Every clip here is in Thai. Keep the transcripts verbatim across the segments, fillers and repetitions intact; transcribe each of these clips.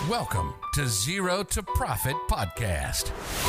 Welcome to Zero to Profit Podcast.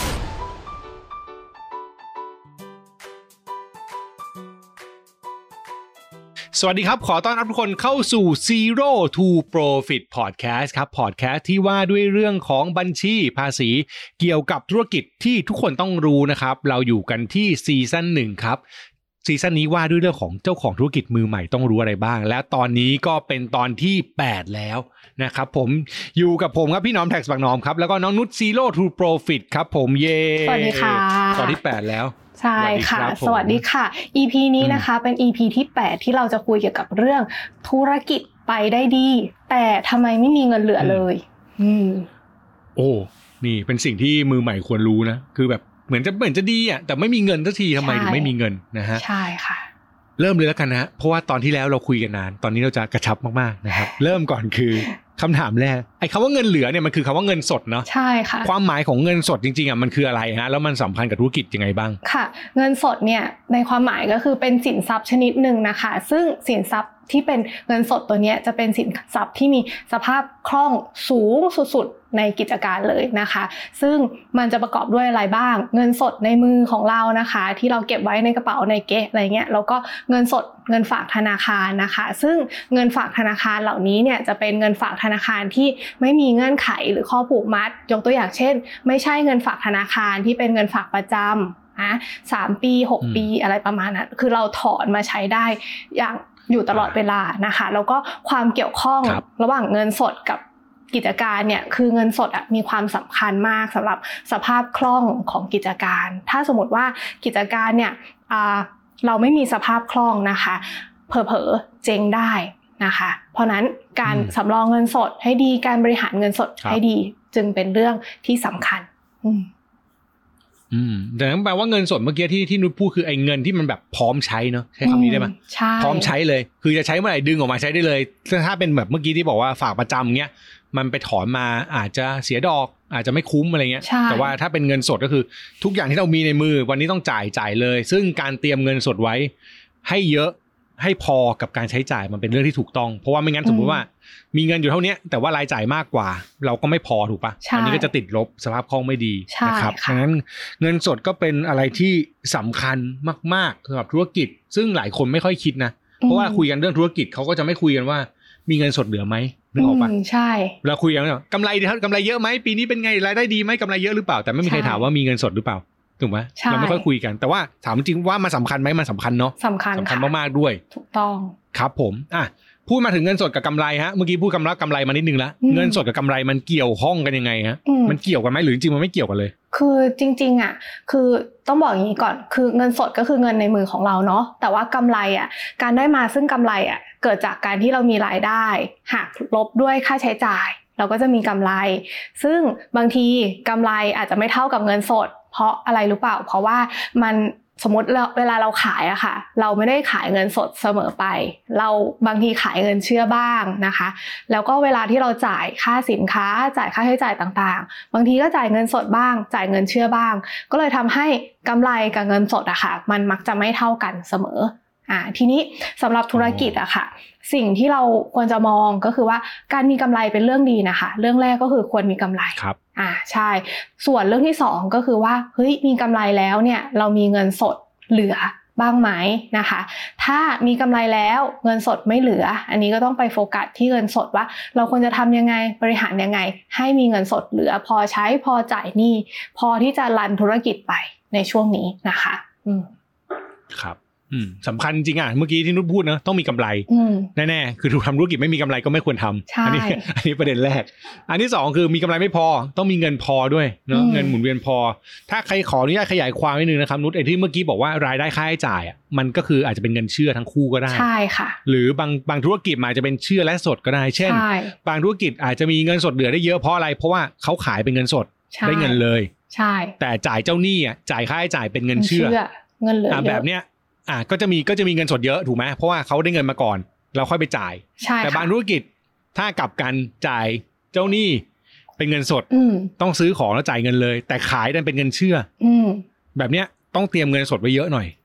สวัสดีครับขอต้อนรับทุกคนเข้าสู่ Zero to Profit Podcast ครับ Podcast ที่ว่าด้วยเรื่องของบัญชีภาษีเกี่ยวกับธุรกิจที่ทุกคนต้องรู้นะครับเราอยู่กันที่ซีซั่นหนึ่งครับซีซั่นนี้ว่าด้วยเรื่องของเจ้าของธุรกิจมือใหม่ต้องรู้อะไรบ้างและตอนนี้ก็เป็นตอนที่แปดแล้วนะครับผมอยู่กับผมครับพี่น้อมแท็กซ์บักน้อมครับแล้วก็น้องนุช Zero to Profit ครับผมเย่สวัสดีค่ะตอนที่แปดแล้วใช่ค่ะสวัสดีค่ะ อี พี นี้นะคะเป็น อี พี ที่แปดที่เราจะคุยเกี่ยวกับเรื่องธุรกิจไปได้ดีแต่ทำไมไม่มีเงินเหลือเลยอืมโอ้นี่เป็นสิ่งที่มือใหม่ควรรู้นะคือแบบเหมือนจะเหมือนจะดีอ่ะแต่ไม่มีเงินสักทีทำไมถึงไม่มีเงินนะฮะใช่ค่ะเริ่มเลยแล้วกันนะเพราะว่าตอนที่แล้วเราคุยกันนานตอนนี้เราจะกระชับมากๆนะครับเริ่มก่อนคือคำถามแรกไอ้คำว่าเงินเหลือเนี่ยมันคือคำว่าเงินสดเนาะใช่ค่ะความหมายของเงินสดจริงๆอ่ะมันคืออะไรฮะแล้วมันสัมพันธ์กับธุรกิจยังไงบ้างค่ะเงินสดเนี่ยในความหมายก็คือเป็นสินทรัพย์ชนิดหนึ่งนะคะซึ่งสินทรัพย์ที่เป็นเงินสดตัวนี้จะเป็นสินทรัพย์ที่มีสภาพคล่องสูงสุดๆในกิจการเลยนะคะซึ่งมันจะประกอบด้วยอะไรบ้างเงินสดในมือของเรานะคะที่เราเก็บไว้ในกระเป๋าในเก๊ะอะไรเงี้ยแล้วก็เงินสดเงินฝากธนาคารนะคะซึ่งเงินฝากธนาคารเหล่านี้เนี่ยจะเป็นเงินฝากธนาคารที่ไม่มีเงื่อนไขหรือข้อผูกมัดยกตัวอย่างเช่นไม่ใช่เงินฝากธนาคารที่เป็นเงินฝากประจำนะสามปีหกปีอะไรประมาณนั้นคือเราถอนมาใช้ได้อย่างอยู่ตลอดเวลานะคะแล้วก็ความเกี่ยวข้อง ร, ระหว่างเงินสดกับกิจการเนี่ยคือเงินสดอ่ะมีความสำคัญมากสำหรับสภาพคล่องของกิจการถ้าสมมติว่ากิจการเนี่ยเราไม่มีสภาพคล่องนะคะเผลอๆเจ๊งได้นะคะเพราะนั้นการสำรองเงินสดให้ดีการบริหารเงินสดให้ดีจึงเป็นเรื่องที่สำคัญอืมอืมแต่นั่นแปลว่าเงินสดเมื่อกี้ที่ที่นุชพูดคือไอ้เงินที่มันแบบพร้อมใช้เนาะใช้คำนี้ได้ไหมใช่พร้อมใช้เลยคือจะใช้เมื่อไหร่ดึงออกมาใช้ได้เลยซึ่งถ้าเป็นแบบเมื่อกี้ที่บอกว่าฝากประจำเงี้ยมันไปถอนมาอาจจะเสียดอกอาจจะไม่คุ้มอะไรเงี้ยแต่ว่าถ้าเป็นเงินสดก็คือทุกอย่างที่เรามีในมือวันนี้ต้องจ่ายจ่ายเลยซึ่งการเตรียมเงินสดไว้ให้เยอะให้พอกับการใช้จ่ายมันเป็นเรื่องที่ถูกต้องเพราะว่าไม่งั้นสมมติว่ามีเงินอยู่เท่านี้แต่ว่ารายจ่ายมากกว่าเราก็ไม่พอถูกปะอันนี้ก็จะติดลบสภาพคล่องไม่ดีนะครับดังนั้นเงินสดก็เป็นอะไรที่สำคัญมากๆสำหรับธุรกิจซึ่งหลายคนไม่ค่อยคิดนะเพราะว่าคุยกันเรื่องธุรกิจเขาก็จะไม่คุยกันว่ามีเงินสดเหลือไหมนึกออกปะใช่เราคุยกันว่ากำไรกำไรเยอะไหมปีนี้เป็นไงรายได้ดีไหมกำไรเยอะหรือเปล่าแต่ไม่มีใครถามว่ามีเงินสดหรือเปล่าถูกไหมเราไม่ค่อยคุยกันแต่ว่าถามจริงว่ามันสำคัญไหมมันสำคัญเนาะสำคัญสำคัญมากๆด้วยถูกต้องครับผมอ่ะพูดมาถึงเงินสดกับกำไรฮะเมื่อกี้พูดกำไรกำไรมานิดนึงแล้วเงินสดกับกำไรมันเกี่ยวข้องกันยังไงฮะมันเกี่ยวกันไหมหรือจริงๆมันไม่เกี่ยวกันเลยคือจริงๆอ่ะคือต้องบอกอย่างนี้ก่อนคือเงินสดก็คือเงินในมือของเราเนาะแต่ว่ากำไรอ่ะการได้มาซึ่งกำไรอ่ะเกิดจากการที่เรามีรายได้หักลบด้วยค่าใช้จ่ายเราก็จะมีกำไรซึ่งบางทีกำไรอาจจะไม่เท่ากับเงินสดเพราะอะไรรู้เปล่าเพราะว่ามันสมมติเวลาเราขายอะค่ะเราไม่ได้ขายเงินสดเสมอไปเราบางทีขายเงินเชื่อบ้างนะคะแล้วก็เวลาที่เราจ่ายค่าสินค้าจ่ายค่าใช้จ่ายต่างๆบางทีก็จ่ายเงินสดบ้างจ่ายเงินเชื่อบ้างก็เลยทำให้กำไรกับเงินสดอะค่ะมันมักจะไม่เท่ากันเสมออ่าทีนี้สำหรับธุรกิจอะค่ะสิ่งที่เราควรจะมองก็คือว่าการมีกำไรเป็นเรื่องดีนะคะเรื่องแรกก็คือควรมีกำไรครับอ่าใช่ส่วนเรื่องที่สองก็คือว่าเฮ้ยมีกำไรแล้วเนี่ยเรามีเงินสดเหลือบ้างไหมนะคะถ้ามีกำไรแล้วเงินสดไม่เหลืออันนี้ก็ต้องไปโฟกัสที่เงินสดว่าเราควรจะทำยังไงบริหารยังไงให้มีเงินสดเหลือพอใช้พอจ่ายหนี้พอที่จะรันธุรกิจไปในช่วงนี้นะคะอืมครับอืมสำคัญจริงอ่ะเมื่อกี้ที่นุชพูดนะต้องมีกำไรแน่ๆคือถูกทำธุรกิจไม่มีกำไรก็ไม่ควรทำอันนี้อันนี้ประเด็นแรกอันที่สองคือมีกำไรไม่พอต้องมีเงินพอด้วยเนาะเงินหมุนเวียนพอถ้าใครขออนุญาตขยายความนิดนึงนะครับนุชไอ้ที่เมื่อกี้บอกว่ารายได้ค่าใช้จ่ายอ่ะมันก็คืออาจจะเป็นเงินเชื่อทั้งคู่ก็ได้ใช่ค่ะหรือบางบางธุรกิจอาจจะเป็นเชื่อและสดก็ได้เช่นบางธุรกิจอาจจะมีเงินสดเหลือได้เยอะเพราะอะไรเพราะว่าเขาขายเป็นเงินสดได้เงินเลยใช่แต่จ่ายเจ้าหนี้อ่ะจ่ายค่าใช้จ่ายเป็นเงินเชื่อเงินเหลือแบบเนี้ยอ่ะก็จะมีก็จะมีเงินสดเยอะถูกไหมเพราะว่าเขาได้เงินมาก่อนเราค่อยไปจ่ายแต่บางธุรกิจถ้ากลับกันจ่ายเจ้าหนี้เป็นเงินสดต้องซื้อของแล้วจ่ายเงินเลยแต่ขายดันเป็นเงินเชื่อแบบเนี้ยต้องเตรียมเงินสดไว้เยอะหน่อย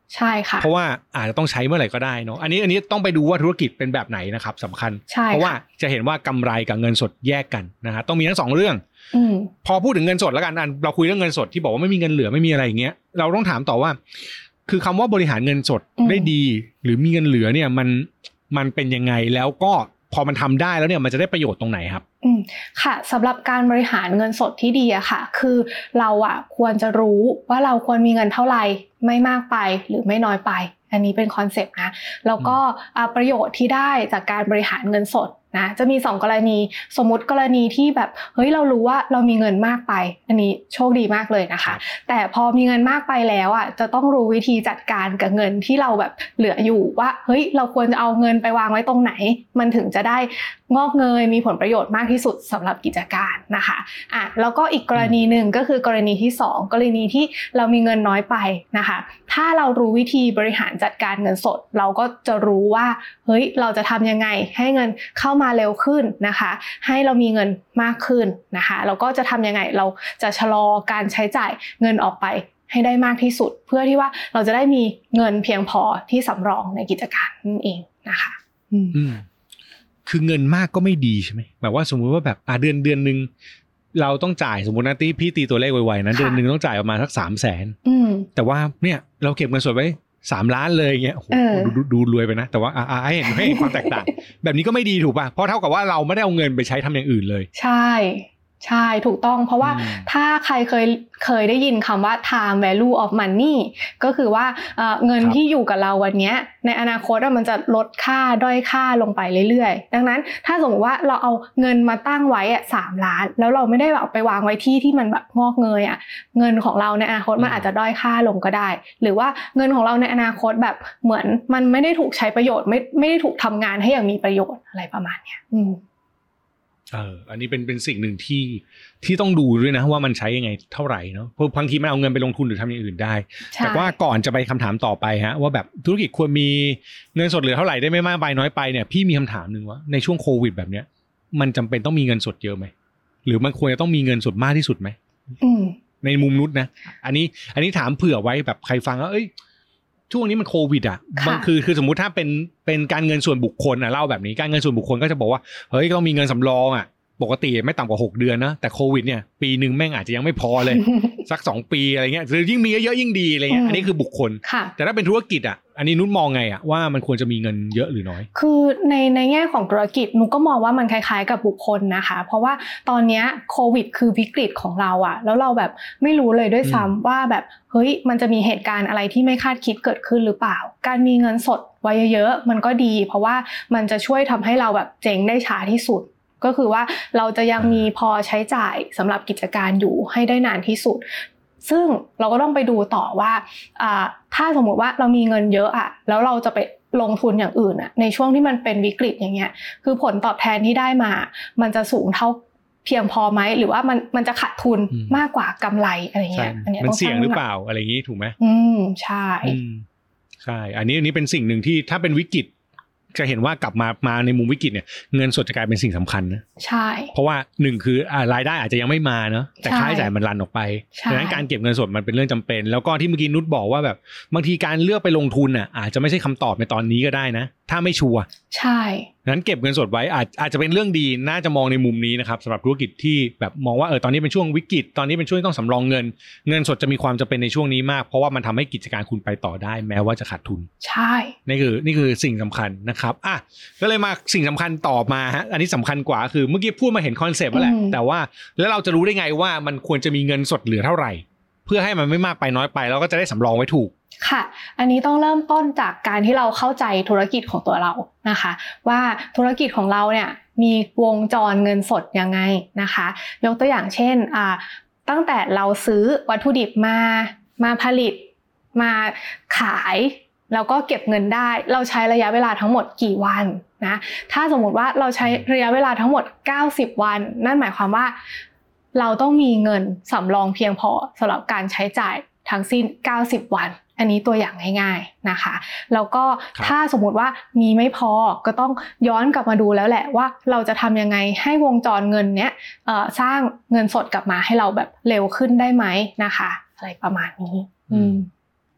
ใช่ค่ะเพราะว่าอาจจะต้องใช้เมื่อไหร่ก็ได้เนาะอันนี้อันนี้ต้องไปดูว่าธุรกิจเป็นแบบไหนนะครับสำคัญเพราะว่าจะเห็นว่ากำไรกับเงินสดแยกกันนะฮะต้องมีทั้งสองเรื่องพอพูดถึงเงินสดแล้วกันเราคุยเรื่องเงินสดที่บอกว่าไม่มีเงินเหลือไม่มีอะไรอย่างเงี้ยเราต้องถามต่อว่าคือคำว่าบริหารเงินสดได้ดีหรือมีเงินเหลือเนี่ยมันมันเป็นยังไงแล้วก็พอมันทำได้แล้วเนี่ยมันจะได้ประโยชน์ตรงไหนครับอืมค่ะสำหรับการบริหารเงินสดที่ดีอะค่ะคือเราอะควรจะรู้ว่าเราควรมีเงินเท่าไหร่ไม่มากไปหรือไม่น้อยไปอันนี้เป็นคอนเซปต์นะแล้วก็ประโยชน์ที่ได้จากการบริหารเงินสดนะจะมีสองกรณีสมมุติกรณีที่แบบเฮ้ยเรารู้ว่าเรามีเงินมากไปอันนี้โชคดีมากเลยนะคะแต่พอมีเงินมากไปแล้วอ่ะจะต้องรู้วิธีจัดการกับเงินที่เราแบบเหลืออยู่ว่าเฮ้ยเราควรจะเอาเงินไปวางไว้ตรงไหนมันถึงจะได้งอกเงยมีผลประโยชน์มากที่สุดสำหรับกิจการนะคะอ่ะแล้วก็อีกกรณีหนึ่งก็คือกรณีที่สองกรณีที่เรามีเงินน้อยไปนะคะถ้าเรารู้วิธีบริหารจัดการเงินสดเราก็จะรู้ว่าเฮ้ยเราจะทำยังไงให้เงินเข้ามาเร็วขึ้นนะคะให้เรามีเงินมากขึ้นนะคะแล้วก็จะทำยังไงเราจะชะลอการใช้จ่ายเงินออกไปให้ได้มากที่สุดเพื่อที่ว่าเราจะได้มีเงินเพียงพอที่สำรองในกิจการนั่นเองนะคะอืมคือเงินมากก็ไม่ดีใช่ไหมแบบว่าสมมุติว่าแบบอ่ะเดือนเดือนนึงเราต้องจ่ายสมมุตินะที่พี่ตีตัวเลขไวๆนะเดือนนึงต้องจ่ายประมาณสัก สามแสน อืมแต่ว่าเนี่ยเราเก็บเงินสดไว้สามล้านเลยเงี้ยโอ้โหดูดูรวยไปนะแต่ว่าอ่าให้เห็นให้เห็นความแตกต่างแบบนี้ก็ไม่ดีถูกป่ะเพราะเท่ากับว่าเราไม่ได้เอาเงินไปใช้ทำอย่างอื่นเลยใช่ใช่ถูกต้องเพราะว่าถ้าใครเคยเคยได้ยินคำว่า time value of money ก็คือว่าเอ่อเงินที่อยู่กับเราวันนี้ในอนาคตมันจะลดค่าด้อยค่าลงไปเรื่อยๆดังนั้นถ้าสมมติว่าเราเอาเงินมาตั้งไว้อ่ะสามล้านแล้วเราไม่ได้แบบไปวางไว้ที่ที่มันแบบงอกเงยอ่ะเงินของเราในอนาคตมันอาจจะด้อยค่าลงก็ได้หรือว่าเงินของเราในอนาคตแบบเหมือนมันไม่ได้ถูกใช้ประโยชน์ไม่ไม่ได้ถูกทำงานให้อย่างมีประโยชน์อะไรประมาณเนี้ยอืมเอออันนี้เป็นเป็นสิ่งหนึ่งที่ที่ต้องดูด้วยนะว่ามันใช้ยังไงเท่าไหร่เนาะเพราะบางทีมันเอาเงินไปลงทุนหรือทำอย่างอื่นได้แต่ว่าก่อนจะไปคำถามต่อไปฮะว่าแบบธุรกิจควรมีเงินสดเหลือเท่าไหร่ได้ไม่มากไปน้อยไปเนี่ยพี่มีคำถามนึงว่าในช่วงโควิดแบบเนี้ยมันจำเป็นต้องมีเงินสดเยอะไหมหรือมันควรจะต้องมีเงินสดมากที่สุดไหมในมุมนุชนะอันนี้อันนี้ถามเผื่อไว้แบบใครฟังแล้วเอ้ยช่วงนี้มันโควิดอ่ะมันคือคือสมมุติถ้าเป็นเป็นการเงินส่วนบุคคลอ่ะเล่าแบบนี้การเงินส่วนบุคคลก็จะบอกว่าเฮ้ยต้องมีเงินสำรองอ่ะปกติไม่ต่ำกว่าหกเดือนนะแต่โควิดเนี่ยปีนึงแม่งอาจจะยังไม่พอเลย สักสองปีอะไรเงี้ยหรือยิ่งมีเยอะๆยิ่งดีอะไรเงี้ยอันนี้คือบุคคลแต่ถ้าเป็นธุรกิจอ่ะอันนี้นุชมองไงอ่ะว่ามันควรจะมีเงินเยอะหรือน้อยคือในในแง่ของธุรกิจนุชก็มองว่ามันคล้ายๆกับบุคคลนะคะเพราะว่าตอนนี้โควิดคือวิกฤตของเราอ่ะแล้วเราแบบไม่รู้เลยด้วยซ้ำว่าแบบเฮ้ยมันจะมีเหตุการณ์อะไรที่ไม่คาดคิดเกิดขึ้นหรือเปล่าการมีเงินสดไว้เยอะๆมันก็ดีเพราะว่ามันจะช่วยทำให้เราแบบเจ๊งได้ช้าที่สุดก็คือว่าเราจะยังมีพอใช้จ่ายสำหรับกิจการอยู่ให้ได้นานที่สุดซึ่งเราก็ต้องไปดูต่อว่าถ้าสมมุติว่าเรามีเงินเยอะอะแล้วเราจะไปลงทุนอย่างอื่นอะในช่วงที่มันเป็นวิกฤตอย่างเงี้ยคือผลตอบแทนที่ได้มามันจะสูงเท่าเพียงพอไหมหรือว่ามันมันจะขาดทุนมากกว่ากำไรอะไรเงี้ยอันนี้มันเสี่ยงหรือเปล่าอะไรอย่างงี้ถูกไหมอืมใช่ใช่อันนี้อันนี้เป็นสิ่งหนึ่งที่ถ้าเป็นวิกฤตจะเห็นว่ากลับมามาในมุมวิกฤตเนี่ยเงินสดจะกลายเป็นสิ่งสำคัญนะใช่เพราะว่าหนึ่งคืออ่ารายได้อาจจะยังไม่มาเนาะแต่ค่าใช้จ่ายมันรันออกไปดังนั้นการเก็บเงินสดมันเป็นเรื่องจำเป็นแล้วก็ที่เมื่อกี้นุชบอกว่าแบบบางทีการเลือกไปลงทุนอ่ะอาจจะไม่ใช่คำตอบในตอนนี้ก็ได้นะถ้าไม่ชัวร์ใช่นั้นเก็บเงินสดไว้อาจอาจจะเป็นเรื่องดีน่าจะมองในมุมนี้นะครับสำหรับธุรกิจที่แบบมองว่าเออตอนนี้เป็นช่วงวิกฤตตอนนี้เป็นช่วงต้องสำรองเงินเงินสดจะมีความจำเป็นในช่วงนี้มากเพราะว่ามันทำให้กิจการคุณไปต่อได้แม้ว่าจะขาดทุนใช่นี่คือนี่คือสิ่งสำคัญนะครับอ่ะก็เลยมาสิ่งสำคัญต่อมาฮะอันนี้สำคัญกว่าคือเมื่อกี้พูดมาเห็นคอนเซปต์แล้วแหละแต่ว่าแล้วเราจะรู้ได้ไงว่ามันควรจะมีเงินสดเหลือเท่าไหร่เพื่อให้มันไม่มากไปน้อยไปแล้วก็จะได้สำรองไว้ถูกค่ะอันนี้ต้องเริ่มต้นจากการที่เราเข้าใจธุรกิจของตัวเรานะคะว่าธุรกิจของเราเนี่ยมีวงจรเงินสดยังไงนะคะยกตัวอย่างเช่นอ่าตั้งแต่เราซื้อวัตถุดิบมามาผลิตมาขายแล้วก็เก็บเงินได้เราใช้ระยะเวลาทั้งหมดกี่วันนะถ้าสมมติว่าเราใช้ระยะเวลาทั้งหมดเก้าสิบวันนั่นหมายความว่าเราต้องมีเงินสำรองเพียงพอสำหรับการใช้จ่ายทั้งสิ้นเก้าสิบวันอันนี้ตัวอย่างง่ายๆนะคะแล้วก็ถ้าสมมติว่ามีไม่พอก็ต้องย้อนกลับมาดูแล้วแหละว่าเราจะทำยังไงให้วงจรเงินเนี้ยเอ่อสร้างเงินสดกลับมาให้เราแบบเร็วขึ้นได้ไหมนะคะอะไรประมาณนี้อืม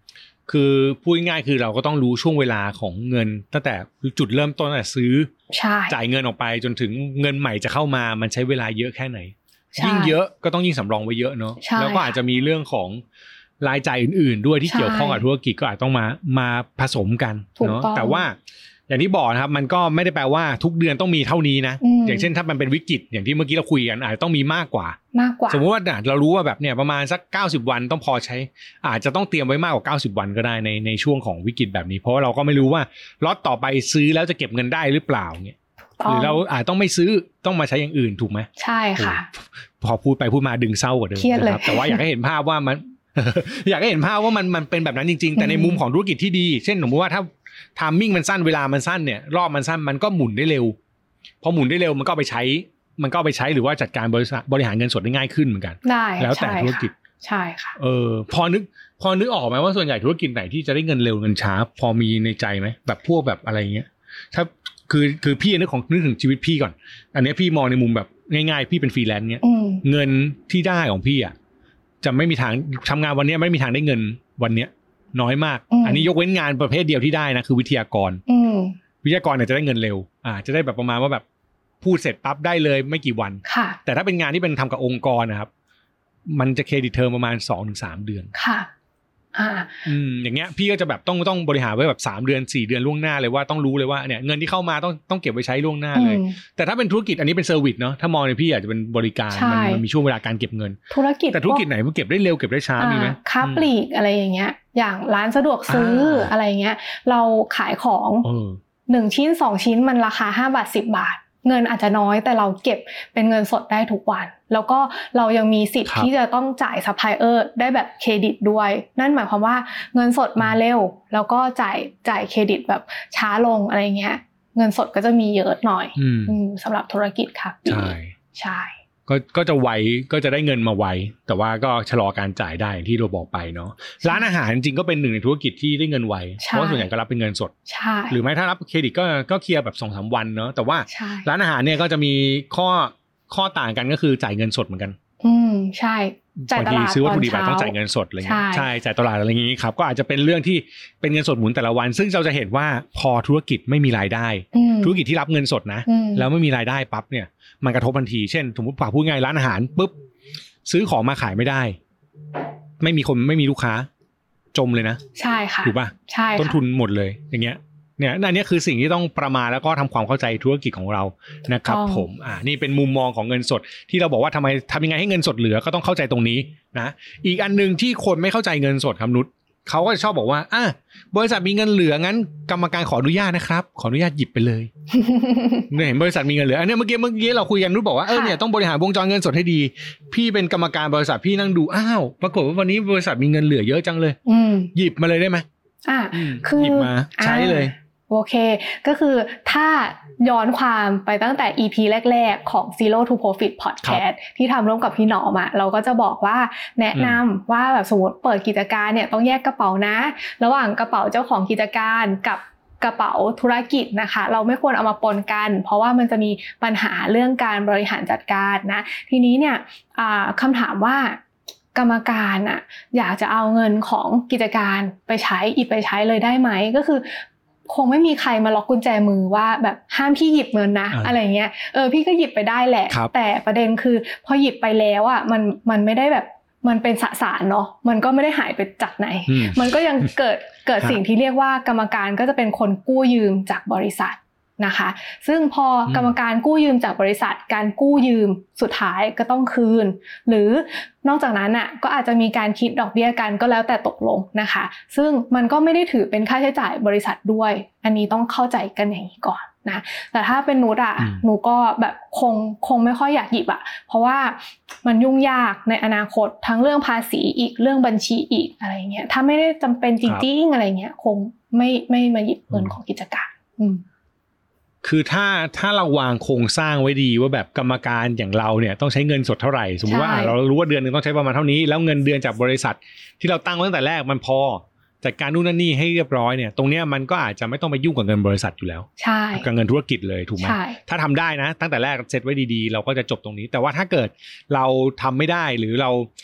คือพูดง่ายๆคือเราก็ต้องรู้ช่วงเวลาของเงินตั้งแต่จุดเริ่มต้นตั้งแต่ซื้อจ่ายเงินออกไปจนถึงเงินใหม่จะเข้ามามันใช้เวลาเยอะแค่ไหนยิ่งเยอะก็ต้องยิ่งสำรองไว้เยอะเนาะแล้วก็อาจจะมีเรื่องของรายจ่ายอื่นๆด้วยที่เกี่ยวข้องกับธุรกิจก็อาจต้องมามาผสมกันเนาะแต่ว่าอย่างที่บอกนะครับมันก็ไม่ได้แปลว่าทุกเดือนต้องมีเท่านี้นะอย่างเช่นถ้ามันเป็นวิกฤตอย่างที่เมื่อกี้เราคุยกันอาจจะต้องมีมากกว่ามากกว่าสมมติว่าเรารู้ว่าแบบเนี่ยประมาณสักเก้าสิบวันต้องพอใช้อาจจะต้องเตรียมไว้มากกว่าเก้าสิบวันก็ได้ในในช่วงของวิกฤตแบบนี้เพราะเราก็ไม่รู้ว่าล็อตต่อไปซื้อแล้วจะเก็บเงินได้หรือเปล่าเนี่ยหรือเราอาจต้องไม่ซื้อต้องมาใช้อย่างอื่นถูกไหมใช่ค่ะพอพูดไปพูดมาดึงเศร้ากว่าเดิมนะครับแต่ว่าอยากให้เห็นภาพว่ามัน อยากให้เห็นภาพว่ามันมันเป็นแบบนั้นจริงๆแต่ในมุมของธุรกิจที่ดีเช่นสมมติว่าถ้าไทมิ่งมันสั้นเวลามันสั้นเนี่ยรอบมันสั้นมันก็หมุนได้เร็วพอหมุนได้เร็วมันก็ไปใช้มันก็ไปใช้หรือว่าจัดการบริษัทบริหารเงินสดได้ง่ายขึ้นเหมือนกันได้แล้วแต่ธุรกิจใช่ค่ะเออพอนึกพอนึกออกไหมว่าส่วนใหญ่ธุรกิจไหนที่จะได้เงินเร็วเงินช้าพอมีในใจไหมแบบพวกแบบอะไรเงี้ยถ้าคือคือพี่นึกของนึกถึงชีวิตพี่ก่อนอันนี้พี่มองในมุมแบบง่ายๆพี่เป็นฟรีแลนซ์เงี้ยเงินที่ได้ของพี่อ่ะจะไม่มีทางทำงานวันนี้ไม่มีทางได้เงินวันเนี้ยน้อยมาก อ, อันนี้ยกเว้นงานประเภทเดียวที่ได้นะคือวิทยากรวิทยากรเนี่ยจะได้เงินเร็วอ่าจะได้แบบประมาณว่าแบบพูดเสร็จปั๊บได้เลยไม่กี่วันแต่ถ้าเป็นงานที่เป็นทำกับองค์กรนะครับมันจะเครดิตเทอมประมาณ สองถึงสาม เดือนค่ะอ่าอืมอย่างเงี้ยพี่ก็จะแบบต้องต้องบริหารไว้แบบสามเดือนสี่เดือนล่วงหน้าเลยว่าต้องรู้เลยว่าเนี่ยเงินที่เข้ามาต้องต้องเก็บไว้ใช้ล่วงหน้าเลยแต่ถ้าเป็นธุรกิจอันนี้เป็นเซอร์วิสเนาะถ้ามองในพี่อาจจะเป็นบริการมันมันมีช่วงเวลาการเก็บเงินธุรกิจแต่ธุรกิจไหนมันเก็บได้เร็วเก็บได้ช้ามีไหมค้าปลีกอะไรอย่างเงี้ยอย่างร้านสะดวกซื้ออะไรเงี้ยเราขายของหนึ่งชิ้นสองชิ้นมันราคาห้าบาทสิบบาทเงินอาจจะน้อยแต่เราเก็บเป็นเงินสดได้ทุกวันแล้วก็เรายังมีสิทธิ์ที่จะต้องจ่ายซัพพลายเออร์ได้แบบเครดิตด้วยนั่นหมายความว่าเงินสดมาเร็วแล้วก็จ่ายจ่ายเครดิตแบบช้าลงอะไรเงี้ยเงินสดก็จะมีเยอะหน่อยสำหรับธุรกิจค่ะใช่ใช่ก็ก็จะไวก็จะได้เงินมาไวแต่ว่าก็ชะลอการจ่ายได้อย่างที่เราบอกไปเนาะร้านอาหารจริงๆก็เป็นหนึ่งในธุรกิจที่ได้เงินไวเพราะส่วนใหญ่ก็รับเป็นเงินสดหรือไม่ถ้ารับเครดิตก็ก็เคลียร์แบบ สองถึงสาม วันเนาะแต่ว่าร้านอาหารเนี่ยก็จะมีข้อข้อต่างกันก็คือจ่ายเงินสดเหมือนกันอืมใช่จ่ายตลาดซื้อวัตถุดิบต้องจ่ายเงินสดอะไรเงี้ยใช่จ่ายตลาดอะไรอย่างงี้ครับก็อาจจะเป็นเรื่องที่เป็นเงินสดหมุนแต่ละวันซึ่งเราจะเห็นว่าพอธุรกิจไม่มีรายได้ธุรกิจที่รับเงินสดนะแล้วไม่มีรายได้ปั๊บเนี่ยมันกระทบทันทีเช่นสมมติฝากพูดง่ายร้านอาหารปุ๊บซื้อของมาขายไม่ได้ไม่มีคนไม่มีลูกค้าจมเลยนะใช่ค่ะถูกป่ะใช่ต้นทุนหมดเลยอย่างเงี้ยเนี่ยอันนี้คือสิ่งที่ต้องประมาณแล้วก็ทำความเข้าใจธุรกิจของเรานะครับผมอ่านี่เป็นมุมมองของเงินสดที่เราบอกว่าทำไมทำยังไงให้เงินสดเหลือก็ต้องเข้าใจตรงนี้นะอีกอันนึงที่คนไม่เข้าใจเงินสดครับนุชเขาก็ชอบบอกว่าอ่ะบริษัทมีเงินเหลืองั้นกรรมการขออนุญาตนะครับขออนุญาตหยิบไปเลยเนี่ยเห็นบริษัทมีเงินเหลืออันนี้เมื่อกี้เมื่อกี้เราคุยกันนุชบอกว่าเออเนี่ยต้องบริหารวงจรเงินสดให้ดีพี่เป็นกรรมการบริษัทพี่นั่งดูอ้าวปรากฏว่าวันนี้บริษัทมีเงินเหลือเยอะจังเลยหยิบมาเลยได้ไหมอ่าคือหยิบมาใช้เลยโอเคก็คือถ้าย้อนความไปตั้งแต่ อี พี แรกๆของ Zero to Profit Podcast ที่ทำร่วมกับพี่หนอมอ่ะเราก็จะบอกว่าแนะนำว่าแบบสมมติเปิดกิจการเนี่ยต้องแยกกระเป๋านะระหว่างกระเป๋าเจ้าของกิจการกับกระเป๋าธุรกิจนะคะเราไม่ควรเอามาปนกันเพราะว่ามันจะมีปัญหาเรื่องการบริหารจัดการนะทีนี้เนี่ยคำถามว่ากรรมการอ่ะอยากจะเอาเงินของกิจการไปใช้อีกไปใช้เลยได้ไหมก็คือคงไม่มีใครมาล็อกกุญแจมือว่าแบบห้ามพี่หยิบเงินนะ อ, อะไรเงี้ยเออพี่ก็หยิบไปได้แหละแต่ประเด็นคือพอหยิบไปแล้วอ่ะมันมันไม่ได้แบบมันเป็นสสารเนาะมันก็ไม่ได้หายไปจากไหน ม, มันก็ยังเกิดเกิดสิ่งที่เรียกว่ากรรมการก็จะเป็นคนกู้ยืมจากบริษัทนะคะซึ่งพอกรรมการกู้ยืมจากบริษัทการกู้ยืมสุดท้ายก็ต้องคืนหรือนอกจากนั้นอ่ะก็อาจจะมีการคิดดอกเบี้ยกันก็แล้วแต่ตกลงนะคะซึ่งมันก็ไม่ได้ถือเป็นค่าใช้จ่ายบริษัทด้วยอันนี้ต้องเข้าใจกันอย่างนี้ก่อนนะแต่ถ้าเป็นนุชอ่ะหนูก็แบบคงคงไม่ค่อยอยากหยิบอ่ะเพราะว่ามันยุ่งยากในอนาคตทั้งเรื่องภาษีอีกเรื่องบัญชีอีกอะไรเงี้ยถ้าไม่ได้จำเป็นจริงๆอะไรเงี้ยคงไม่ไม่มาหยิบเงินของกิจการอืมคือถ้าถ้าเราวางโครงสร้างไว้ดีว่าแบบกรรมการอย่างเราเนี่ยต้องใช้เงินสดเท่าไหร่สมมติว่าเรารู้ว่าเดือนนึงต้องใช้ประมาณเท่านี้แล้วเงินเดือนจากบริษัทที่เราตั้งไว้ตั้งแต่แรกมันพอจัดการนู่นนั่นนี่ให้เรียบร้อยเนี่ยตรงเนี้ยมันก็อาจจะไม่ต้องไปยุ่งกับเงินบริษัทอยู่แล้วใช่กับเงินธุรกิจเลยถูกไหมถ้าทำได้นะตั้งแต่แรกเซตไว้ดีๆเราก็จะจบตรงนี้แต่ว่าถ้าเกิดเราทำไม่ได้หรือเรา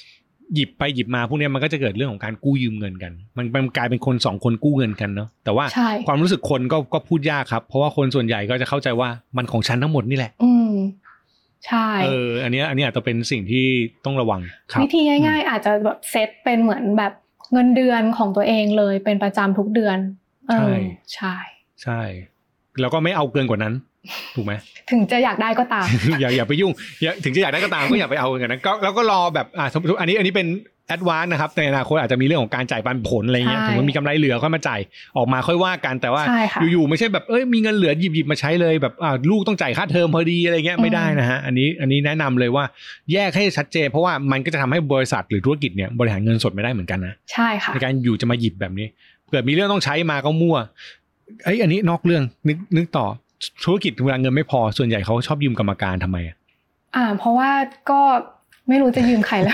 หยิบไปหยิบมาพวกนี้มันก็จะเกิดเรื่องของการกู้ยืมเงินกันมันมันกลายเป็นคนสองคนกู้เงินกันเนาะแต่ว่าความรู้สึกคนก็ก็พูดยากครับเพราะว่าคนส่วนใหญ่ก็จะเข้าใจว่ามันของฉันทั้งหมดนี่แหละอืมใช่เอออันนี้อันนี้อาจจะเป็นสิ่งที่ต้องระวังครับวิธีง่ายๆอาจจะแบบเซตเป็นเหมือนแบบเงินเดือนของตัวเองเลยเป็นประจำทุกเดือนใช่ใช่ใช่แล้วก็ไม่เอาเกินกว่านั้นถูกไหมถึงจะอยากได้ก็ตามอย่าอย่าไปยุ่งถึงจะอยากได้ก็ตามก็อย่าไปเอากันนั้นก็แล้วก็รอแบบอ่าสมมติอันนี้อันนี้เป็นแอดวานซ์นะครับในอนาคตอาจจะมีเรื่องของการจ่ายปันผลอะไรเงี้ยถึงมันมีกำไรเหลือค่อยมาจ่ายออกมาค่อยว่ากันแต่ว่าอยู่ๆไม่ใช่แบบเอ้ยมีเงินเหลือหยิบๆมาใช้เลยแบบอ่าลูกต้องจ่ายค่าเทอมพอดีอะไรเงี้ยไม่ได้นะฮะอันนี้อันนี้แนะนำเลยว่าแยกให้ชัดเจนเพราะว่ามันก็จะทำให้บริษัทหรือธุรกิจเนี่ยบริหารเงินสดไม่ได้เหมือนกันนะใช่ค่ะในการอยู่จะมาหยิบแบบนี้เกิดมีเรื่องต้องใช้มาก็มั่วไอ้อันนี้นอกเรื่องนึกนึกต่อธุรกิจเวลาเงินไม่พอส่วนใหญ่เขาชอบยืมกรรมการทำไมอ่ะอ่าเพราะว่าก็ไม่รู้จะยืมใครแล้ว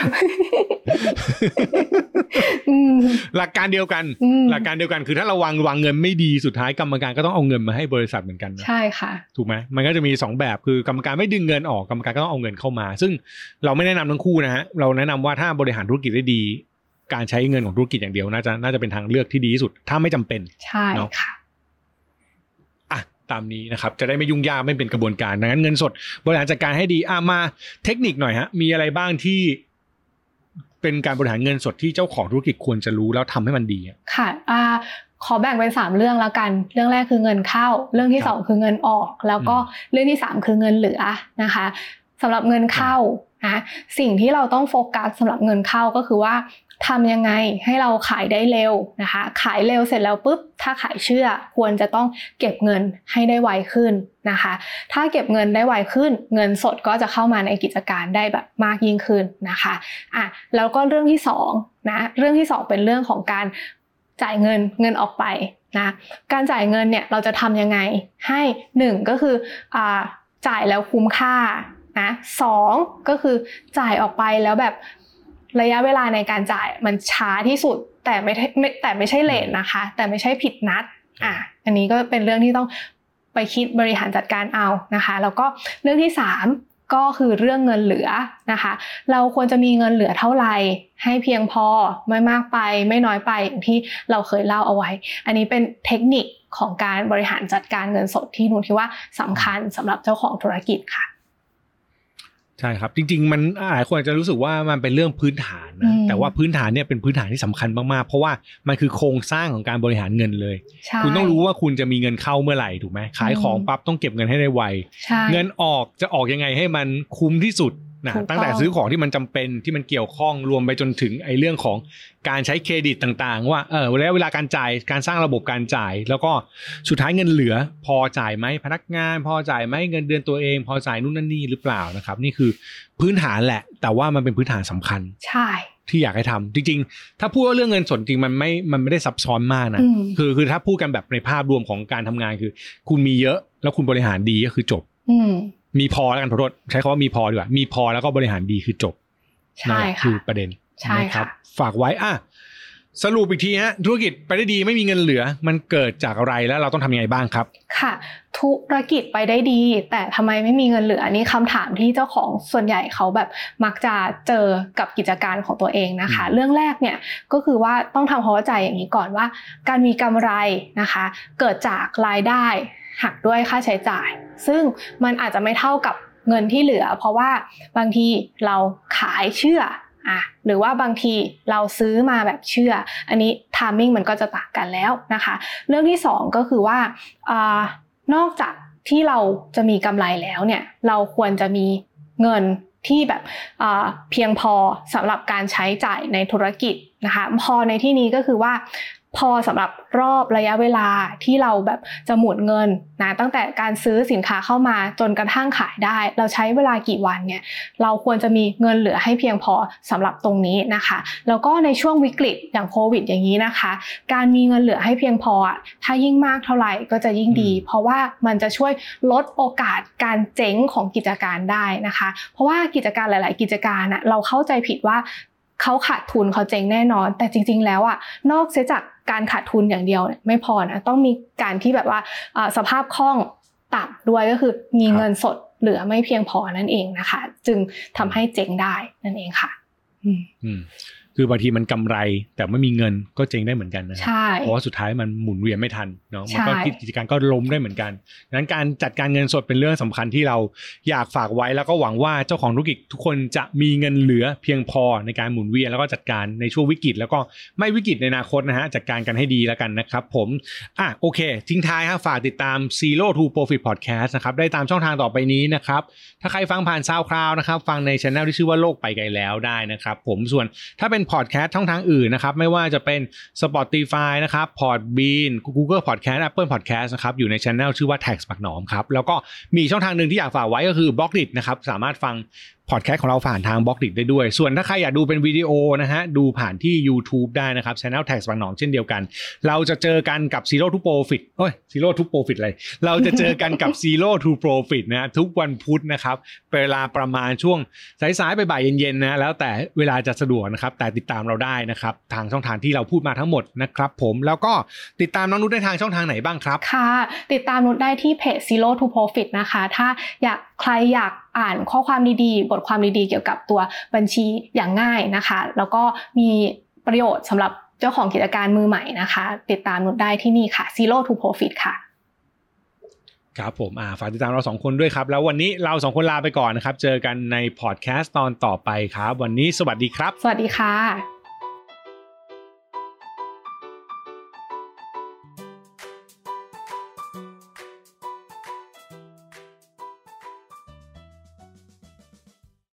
หลักการเดียวกันหลักการเดียวกันคือถ้าเราวางวางเงินไม่ดีสุดท้ายกรรมการก็ต้องเอาเงินมาให้บริษัทเหมือนกันใช่ค่ะถูกไหมมันก็จะมีสองแบบคือกรรมการไม่ดึงเงินออกกรรมการก็ต้องเอาเงินเข้ามาซึ่งเราไม่แนะนำทั้งคู่นะฮะเราแนะนำว่าถ้าบริหารธุรกิจได้ดีการใช้เงินของธุรกิจอย่างเดียวน่าจะน่าจะเป็นทางเลือกที่ดีที่สุดถ้าไม่จำเป็นใช่ค่ะตามนี้นะครับจะได้ไม่ยุ่งยากไม่เป็นกระบวนการดังนั้นเงินสดบริหารจัดการให้ดีอ่ะมาเทคนิคหน่อยฮะมีอะไรบ้างที่เป็นการบริหารเงินสดที่เจ้าของธุรกิจควรจะรู้แล้วทำให้มันดีค่ะอ่าขอแบ่งเป็นสามเรื่องแล้วกันเรื่องแรกคือเงินเข้าเรื่องที่สองคือเงินออกแล้วก็เรื่องที่สามคือเงินเหลือนะคะสำหรับเงินเข้านะสิ่งที่เราต้องโฟกัสสำหรับเงินเข้าก็คือว่าทำยังไงให้เราขายได้เร็วนะคะขายเร็วเสร็จแล้วปุ๊บถ้าขายเชื่อควรจะต้องเก็บเงินให้ได้ไวขึ้นนะคะถ้าเก็บเงินได้ไวขึ้นเงินสดก็จะเข้ามาในกิจการได้แบบมากยิ่งขึ้นนะคะอ่ะแล้วก็เรื่องที่สองนะเรื่องที่สองเป็นเรื่องของการจ่ายเงินเงินออกไปนะการจ่ายเงินเนี่ยเราจะทำยังไงให้หนึ่งก็คืออ่าจ่ายแล้วคุ้มค่านะสองก็คือจ่ายออกไปแล้วแบบระยะเวลาในการจ่ายมันช้าที่สุดแต่ไม่ไม่แต่ไม่ใช่เลทนะคะแต่ไม่ใช่ผิดนัดอ่ะอันนี้ก็เป็นเรื่องที่ต้องไปคิดบริหารจัดการเอานะคะแล้วก็เรื่องที่สามก็คือเรื่องเงินเหลือนะคะเราควรจะมีเงินเหลือเท่าไหร่ให้เพียงพอไม่มากไปไม่น้อยไปอย่างที่เราเคยเล่าเอาไว้อันนี้เป็นเทคนิคของการบริหารจัดการเงินสดที่หนูคิดว่าสำคัญสำหรับเจ้าของธุรกิจค่ะใช่ครับจริงๆมันหลายคนจะรู้สึกว่ามันเป็นเรื่องพื้นฐานนะแต่ว่าพื้นฐานเนี่ยเป็นพื้นฐานที่สำคัญมากๆเพราะว่ามันคือโครงสร้างของการบริหารเงินเลยคุณต้องรู้ว่าคุณจะมีเงินเข้าเมื่อไหร่ถูกไหมขายของปั๊บต้องเก็บเงินให้ได้ไวเงินออกจะออกยังไงให้มันคุ้มที่สุดนะตั้งแต่ซื้อของที่มันจำเป็นที่มันเกี่ยวข้องรวมไปจนถึงไอ้เรื่องของการใช้เครดิตต่างๆว่าเออระยะเวลาการจ่ายการสร้างระบบการจ่ายแล้วก็สุดท้ายเงินเหลือพอจ่ายไหมพนักงานพอจ่ายไหมเงินเดือนตัวเองพอจ่ายนู่นนั่นนี่หรือเปล่านะครับนี่คือพื้นฐานแหละแต่ว่ามันเป็นพื้นฐานสำคัญใช่ที่อยากให้ทำจริงๆถ้าพูดว่าเรื่องเงินสดจริงมันไม่มันไม่ได้ซับซ้อนมากนะคือคือถ้าพูดกันแบบในภาพรวมของการทำงานคือคุณมีเยอะแล้วคุณบริหารดีก็คือจบมีพอแล้วกันขอโทษใช้คำว่ามีพอดีกว่ามีพอแล้วก็บริหารดีคือจบใช่ค่ะคือประเด็นนะครับฝากไว้อ่ะสรุปอีกทีฮะธุรกิจไปได้ดีไม่มีเงินเหลือมันเกิดจากอะไรแล้วเราต้องทำยังไงบ้างครับค่ะธุรกิจไปได้ดีแต่ทำไมไม่มีเงินเหลือนี่คำถามที่เจ้าของส่วนใหญ่เขาแบบมักจะเจอกับกิจการของตัวเองนะคะเรื่องแรกเนี่ยก็คือว่าต้องทำความเข้าใจอย่างนี้ก่อนว่าการมีกำไรนะคะเกิดจากรายได้หักด้วยค่าใช้จ่ายซึ่งมันอาจจะไม่เท่ากับเงินที่เหลือเพราะว่าบางทีเราขายเชื่ออ่ะหรือว่าบางทีเราซื้อมาแบบเชื่ออันนี้ไทมิ่งมันก็จะต่างกันแล้วนะคะเรื่องที่สองก็คือว่าอ่านอกจากที่เราจะมีกำไรแล้วเนี่ยเราควรจะมีเงินที่แบบอ่าเพียงพอสำหรับการใช้จ่ายในธุรกิจนะคะพอในที่นี้ก็คือว่าพอสำหรับรอบระยะเวลาที่เราแบบจะหมุนเงินนะตั้งแต่การซื้อสินค้าเข้ามาจนกระทั่งขายได้เราใช้เวลากี่วันเนี่ยเราควรจะมีเงินเหลือให้เพียงพอสำหรับตรงนี้นะคะแล้วก็ในช่วงวิกฤตอย่างโควิดอย่างนี้นะคะการมีเงินเหลือให้เพียงพอถ้ายิ่งมากเท่าไหร่ก็จะยิ่งดีเพราะว่ามันจะช่วยลดโอกาสการเจ๊งของกิจการได้นะคะเพราะว่ากิจการหลายๆกิจการน่ะเราเข้าใจผิดว่าเขาขาดทุนเขาเจ๊งแน่นอนแต่จริงๆแล้วอ่ะนอกเสียจากการขาดทุนอย่างเดียวเนี่ยไม่พอนะต้องมีการที่แบบว่าสภาพคล่องต่ำด้วยก็คือมีเงินสดเหลือไม่เพียงพอนั่นเองนะคะจึงทำให้เจ๊งได้นั่นเองค่ะอืมคือบางทีมันกำไรแต่ไม่มีเงินก็เจ๊งได้เหมือนกันนะเพราะว่าสุดท้ายมันหมุนเวียนไม่ทันเนาะมันก็กิจการก็ล้มได้เหมือนกันดังนั้นการจัดการเงินสดเป็นเรื่องสำคัญที่เราอยากฝากไว้แล้วก็หวังว่าเจ้าของธุรกิจทุกคนจะมีเงินเหลือเพียงพอในการหมุนเวียนแล้วก็จัดการในช่วงวิกฤตแล้วก็ไม่วิกฤตในอนาคตนะฮะจัดการกันให้ดีแล้วกันนะครับผมอ่ะโอเคทิ้งท้ายฮะฝากติดตาม Zero to Profit Podcast นะครับได้ตามช่องทางต่อไปนี้นะครับถ้าใครฟังผ่าน SoundCloud นะครับฟังใน channel ที่ชื่อว่าโลกไปไกลแล้วได้นะครับผมส่วนถ้าเป็นพอดแคสต์ช่องทางอื่นนะครับไม่ว่าจะเป็น Spotify นะครับ Podbean Google Podcast Apple Podcast นะครับอยู่ใน channel ชื่อว่า Tax ปักหนอมครับแล้วก็มีช่องทางนึงที่อยากฝากไว้ก็คือ Blockdit นะครับสามารถฟังพอดแคสต์ของเราผ่านทาง Blockdit ได้ด้วยส่วนถ้าใครอยากดูเป็นวิดีโอนะฮะดูผ่านที่ YouTube ได้นะครับ Channel Tax ปักหนอมเช่นเดียวกันเราจะเจอกันกับ Zero to Profit โอ้ย Zero to Profit อะไรเราจะเจอกันกับ Zero to Profit นะทุกวันพุธนะครับเวลาประมาณช่วงสายๆบ่ายๆเย็นๆนะแล้วแต่เวลาจะสะดวกนะครับแต่ติดตามเราได้นะครับทางช่องทางที่เราพูดมาทั้งหมดนะครับผมแล้วก็ติดตามน้องนุชได้ทางช่องทางไหนบ้างครับค่ะติดตามนุชได้ที่เพจ Zero to Profit นะคะถ้าอยากใครอยากอ่านข้อความดีๆบทความดีๆเกี่ยวกับตัวบัญชีอย่างง่ายนะคะแล้วก็มีประโยชน์สำหรับเจ้าของกิจการมือใหม่นะคะติดตามนุชได้ที่นี่ค่ะ Zero to Profit ค่ะครับผมอ่าฝากติดตามเราสองคนด้วยครับแล้ววันนี้เราสองคนลาไปก่อนนะครับเจอกันในพอดแคสต์ตอนต่อไปครับวันนี้สวัสดีครับสวัสดีค่ะ